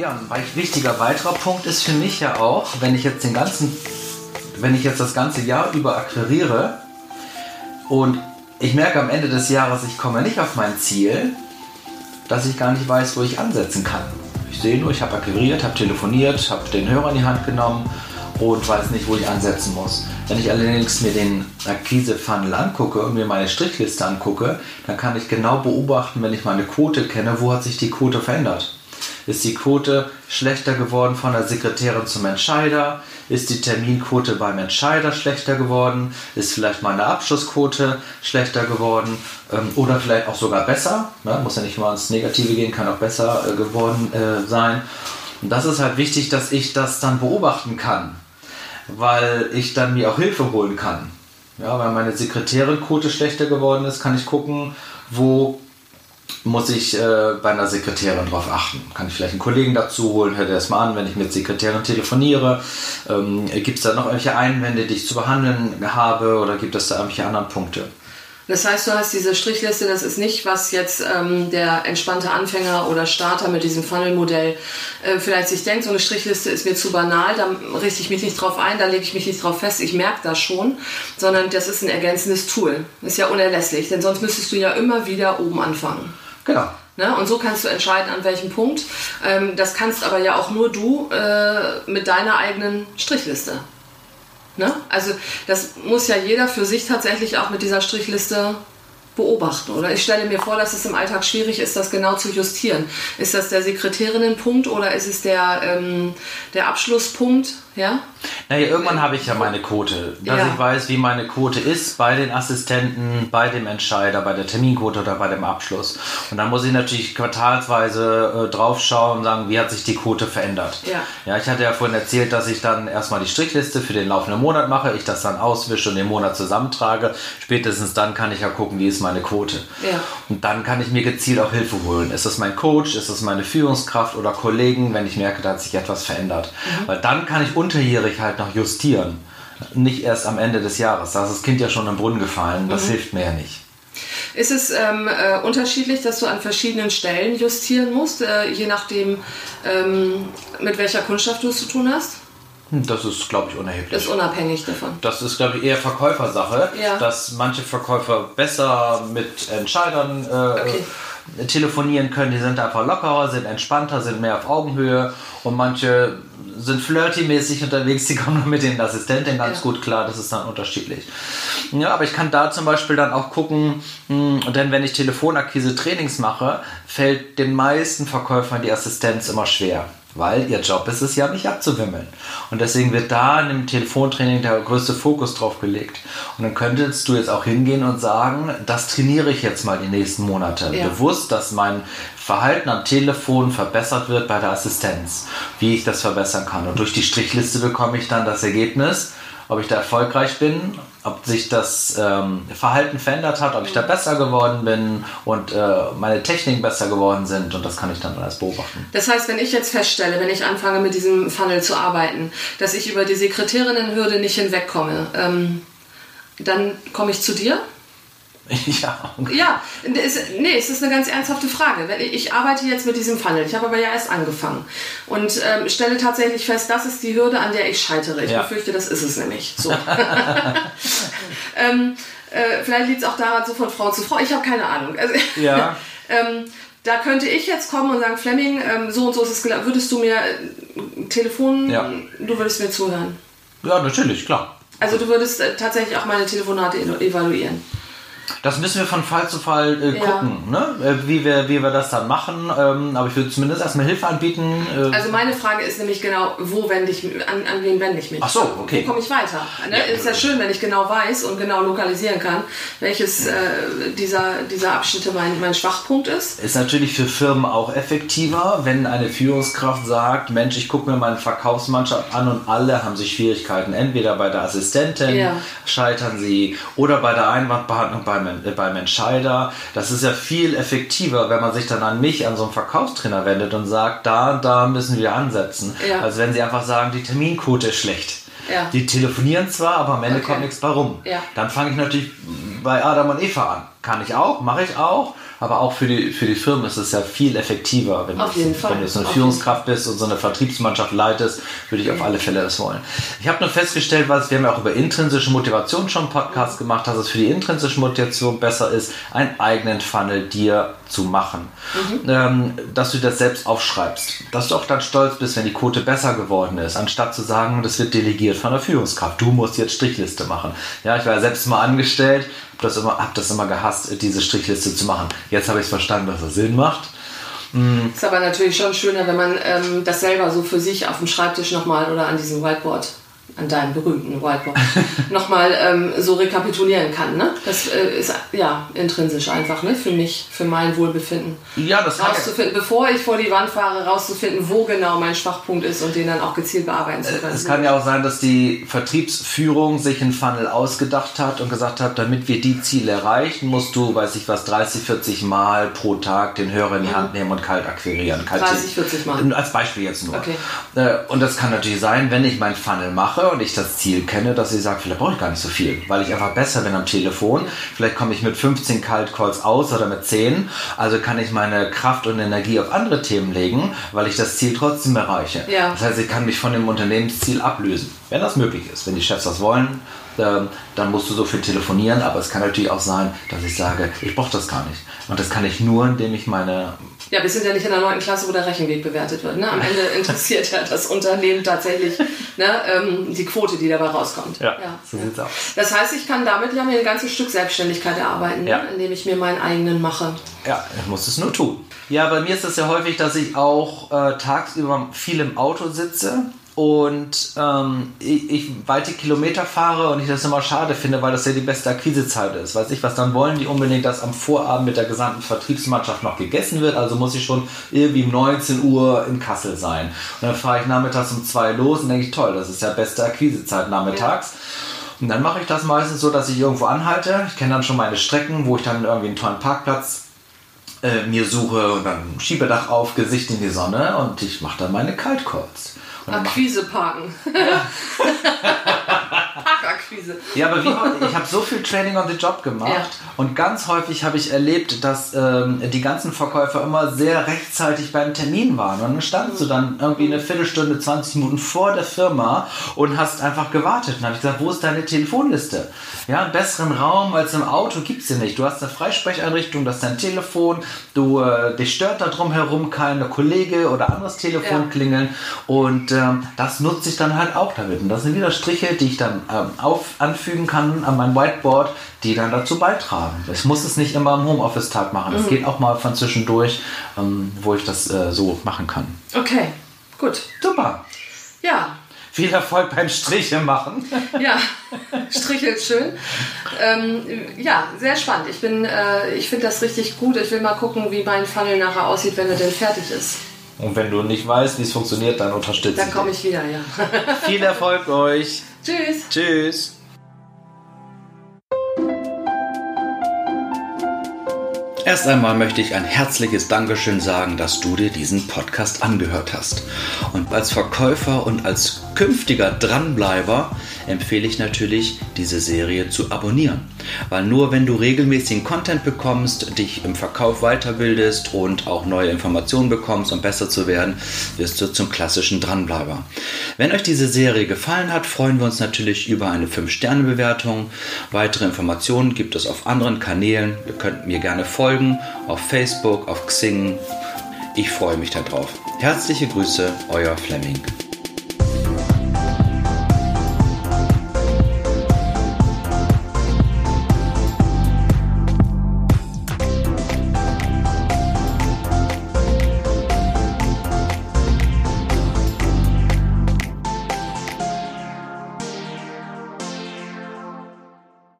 Ja, ein wichtiger weiterer Punkt ist für mich ja auch, wenn ich jetzt das ganze Jahr über akquiriere und ich merke am Ende des Jahres, ich komme nicht auf mein Ziel, dass ich gar nicht weiß, wo ich ansetzen kann. Ich sehe nur, ich habe akquiriert, habe telefoniert, habe den Hörer in die Hand genommen und weiß nicht, wo ich ansetzen muss. Wenn ich allerdings mir den Akquise-Funnel angucke und mir meine Strichliste angucke, dann kann ich genau beobachten, wenn ich meine Quote kenne, wo hat sich die Quote verändert. Ist die Quote schlechter geworden von der Sekretärin zum Entscheider? Ist die Terminquote beim Entscheider schlechter geworden? Ist vielleicht meine Abschlussquote schlechter geworden? Oder vielleicht auch sogar besser? Ne? Muss ja nicht mal ins Negative gehen, kann auch besser geworden sein. Und das ist halt wichtig, dass ich das dann beobachten kann, weil ich dann mir auch Hilfe holen kann. Ja, weil meine Sekretärin-Quote schlechter geworden ist, kann ich gucken, wo muss ich bei einer Sekretärin drauf achten. Kann ich vielleicht einen Kollegen dazu holen, hört das mal an, wenn ich mit Sekretärin telefoniere. Gibt es da noch irgendwelche Einwände, die ich zu behandeln habe, oder gibt es da irgendwelche anderen Punkte? Das heißt, du hast diese Strichliste, das ist nicht, was jetzt der entspannte Anfänger oder Starter mit diesem Funnel-Modell vielleicht sich denkt, so eine Strichliste ist mir zu banal, da richte ich mich nicht drauf ein, da lege ich mich nicht drauf fest, ich merke das schon, sondern das ist ein ergänzendes Tool. Ist ja unerlässlich, denn sonst müsstest du ja immer wieder oben anfangen. Genau. Ne? Und so kannst du entscheiden, an welchem Punkt. Das kannst aber ja auch nur du mit deiner eigenen Strichliste. Ne? Also das muss ja jeder für sich tatsächlich auch mit dieser Strichliste beobachten. Oder ich stelle mir vor, dass es im Alltag schwierig ist, das genau zu justieren. Ist das der Sekretärinnenpunkt oder ist es der Abschlusspunkt? Ja? Naja, irgendwann habe ich ja meine Quote, dass ich weiß, wie meine Quote ist bei den Assistenten, bei dem Entscheider, bei der Terminquote oder bei dem Abschluss. Und dann muss ich natürlich quartalsweise drauf schauen und sagen, wie hat sich die Quote verändert. Ja, ich hatte ja vorhin erzählt, dass ich dann erstmal die Strichliste für den laufenden Monat mache, ich das dann auswische und den Monat zusammentrage. Spätestens dann kann ich ja gucken, wie ist meine Quote. Ja. Und dann kann ich mir gezielt auch Hilfe holen. Ist das mein Coach, ist das meine Führungskraft oder Kollegen, wenn ich merke, da hat sich etwas verändert. Weil dann kann ich unterjährig halt noch justieren. Nicht erst am Ende des Jahres. Da ist das Kind ja schon im Brunnen gefallen. Das hilft mir ja nicht. Ist es unterschiedlich, dass du an verschiedenen Stellen justieren musst, je nachdem, mit welcher Kundschaft du es zu tun hast? Das ist, glaube ich, unerheblich. Das ist unabhängig davon. Das ist, glaube ich, eher Verkäufersache, dass manche Verkäufer besser mit Entscheidern telefonieren können. Die sind einfach lockerer, sind entspannter, sind mehr auf Augenhöhe, und manche sind flirty-mäßig unterwegs, die kommen mit den Assistenten ganz gut klar, das ist dann unterschiedlich. Ja, aber ich kann da zum Beispiel dann auch gucken, denn wenn ich Telefonakquise-Trainings mache, fällt den meisten Verkäufern die Assistenz immer schwer. Weil ihr Job ist es ja, mich abzuwimmeln. Und deswegen wird da in dem Telefontraining der größte Fokus drauf gelegt. Und dann könntest du jetzt auch hingehen und sagen, das trainiere ich jetzt mal die nächsten Monate. Bewusst, dass mein Verhalten am Telefon verbessert wird bei der Assistenz. Wie ich das verbessern kann. Und durch die Strichliste bekomme ich dann das Ergebnis, ob ich da erfolgreich bin, ob sich das Verhalten verändert hat, ob ich da besser geworden bin und meine Techniken besser geworden sind, und das kann ich dann alles beobachten. Das heißt, wenn ich jetzt feststelle, wenn ich anfange mit diesem Funnel zu arbeiten, dass ich über die Sekretärinnenhürde nicht hinwegkomme, dann komme ich zu dir? Ja, es ist eine ganz ernsthafte Frage. Ich arbeite jetzt mit diesem Funnel, ich habe aber ja erst angefangen und stelle tatsächlich fest, das ist die Hürde, an der ich scheitere. Ich befürchte, das ist es nämlich. So. Vielleicht liegt es auch daran, so von Frau zu Frau, ich habe keine Ahnung. Also, da könnte ich jetzt kommen und sagen, Flemming, so und so ist es gelaufen. Würdest du mir du würdest mir zuhören? Ja, natürlich, klar. Also du würdest tatsächlich auch meine Telefonate evaluieren? Das müssen wir von Fall zu Fall gucken, ne? Wie wir das dann machen. Aber ich würde zumindest erstmal Hilfe anbieten. Also meine Frage ist nämlich genau, an wen wende ich mich? Ach so, okay. Wo komme ich weiter? Ne? Ist ja schön, wenn ich genau weiß und genau lokalisieren kann, welches dieser Abschnitte mein Schwachpunkt ist. Ist natürlich für Firmen auch effektiver, wenn eine Führungskraft sagt, Mensch, ich gucke mir meine Verkaufsmannschaft an und alle haben sich Schwierigkeiten. Entweder bei der Assistentin scheitern sie oder bei der Einwandbehandlung beim Entscheider. Das ist ja viel effektiver, wenn man sich dann an so einen Verkaufstrainer wendet und sagt, da müssen wir ansetzen. Als wenn sie einfach sagen, die Terminquote ist schlecht. Die telefonieren zwar, aber am Ende kommt nichts bei rum. Dann fange ich natürlich bei Adam und Eva an. Kann ich auch, mache ich auch, aber auch für die Firmen ist es ja viel effektiver, wenn du so eine Führungskraft bist und so eine Vertriebsmannschaft leitest, würde ich auf alle Fälle das wollen. Ich habe nur festgestellt, wir haben ja auch über intrinsische Motivation schon einen Podcast gemacht, dass es für die intrinsische Motivation besser ist, einen eigenen Funnel dir zu machen. Dass du das selbst aufschreibst, dass du auch dann stolz bist, wenn die Quote besser geworden ist, anstatt zu sagen, das wird delegiert von der Führungskraft, du musst jetzt Strichliste machen. Ja, ich war ja selbst mal angestellt, hab das immer gehasst, diese Strichliste zu machen. Jetzt habe ich es verstanden, dass es Sinn macht. Ist aber natürlich schon schöner, wenn man das selber so für sich auf dem Schreibtisch nochmal oder an diesem Whiteboard, an deinem berühmten Whiteboard, nochmal so rekapitulieren kann. Ne? Das ist ja intrinsisch einfach, ne? Für mich, für mein Wohlbefinden. Ja, das rauszufinden, bevor ich vor die Wand fahre, rauszufinden, wo genau mein Schwachpunkt ist und den dann auch gezielt bearbeiten zu können. Es kann ja auch sein, dass die Vertriebsführung sich einen Funnel ausgedacht hat und gesagt hat, damit wir die Ziele erreichen, musst du, 30, 40 Mal pro Tag den Hörer in die Hand nehmen und kalt akquirieren. 30, 40 Mal. Als Beispiel jetzt nur. Okay. Und das kann natürlich sein, wenn ich meinen Funnel mache und ich das Ziel kenne, dass ich sage, vielleicht brauche ich gar nicht so viel, weil ich einfach besser bin am Telefon. Vielleicht komme ich mit 15 Cold Calls aus oder mit 10. Also kann ich meine Kraft und Energie auf andere Themen legen, weil ich das Ziel trotzdem erreiche. Ja. Das heißt, ich kann mich von dem Unternehmensziel ablösen, wenn das möglich ist. Wenn die Chefs das wollen, dann musst du so viel telefonieren, aber es kann natürlich auch sein, dass ich sage, ich brauche das gar nicht. Und das kann ich nur, indem ich meine... Ja, wir sind ja nicht in der 9. Klasse, wo der Rechenweg bewertet wird. Ne? Am Ende interessiert ja das Unternehmen tatsächlich die Quote, die dabei rauskommt. Ja, so sieht's aus. Das heißt, ich kann damit ja mir ein ganzes Stück Selbstständigkeit erarbeiten, indem ich mir meinen eigenen mache. Ja, ich muss es nur tun. Ja, bei mir ist es ja häufig, dass ich auch tagsüber viel im Auto sitze und ich weite Kilometer fahre und ich das immer schade finde, weil das ja die beste Akquisezeit ist. Weiß ich was, dann wollen die unbedingt, dass am Vorabend mit der gesamten Vertriebsmannschaft noch gegessen wird, also muss ich schon irgendwie um 19 Uhr in Kassel sein. Und dann fahre ich nachmittags um 2 los und denke ich, toll, das ist ja beste Akquisezeit nachmittags. Ja. Und dann mache ich das meistens so, dass ich irgendwo anhalte. Ich kenne dann schon meine Strecken, wo ich dann irgendwie einen tollen Parkplatz mir suche und dann Schiebedach auf, Gesicht in die Sonne und ich mache dann meine Cold Calls. Akquise parken. Ja. Parkakquise. Ja, aber ich habe so viel Training on the Job gemacht und ganz häufig habe ich erlebt, dass die ganzen Verkäufer immer sehr rechtzeitig beim Termin waren und dann standst du dann irgendwie eine Viertelstunde, 20 Minuten vor der Firma und hast einfach gewartet. Und dann habe ich gesagt, wo ist deine Telefonliste? Ja, einen besseren Raum als im Auto gibt es hier nicht. Du hast eine Freisprecheinrichtung, das ist dein Telefon, dich stört da drum herum keine Kollege oder anderes Telefon klingeln und das nutze ich dann halt auch damit. Und das sind wieder Striche, die ich dann anfügen kann an mein Whiteboard, die dann dazu beitragen. Ich muss es nicht immer am Homeoffice-Tag machen. Es geht auch mal von zwischendurch, wo ich das so machen kann. Okay, gut. Super. Ja. Viel Erfolg beim Striche machen. Ja, Striche ist schön. Ja, sehr spannend. Ich finde das richtig gut. Ich will mal gucken, wie mein Funnel nachher aussieht, wenn er denn fertig ist. Und wenn du nicht weißt, wie es funktioniert, dann unterstütze ich dich. Dann komme ich wieder, ja. Viel Erfolg euch. Tschüss. Tschüss. Erst einmal möchte ich ein herzliches Dankeschön sagen, dass du dir diesen Podcast angehört hast. Und als Verkäufer und als künftiger Dranbleiber empfehle ich natürlich, diese Serie zu abonnieren. Weil nur wenn du regelmäßigen Content bekommst, dich im Verkauf weiterbildest und auch neue Informationen bekommst, um besser zu werden, wirst du zum klassischen Dranbleiber. Wenn euch diese Serie gefallen hat, freuen wir uns natürlich über eine 5-Sterne-Bewertung. Weitere Informationen gibt es auf anderen Kanälen. Ihr könnt mir gerne folgen, auf Facebook, auf Xing. Ich freue mich darauf. Herzliche Grüße, euer Flemming.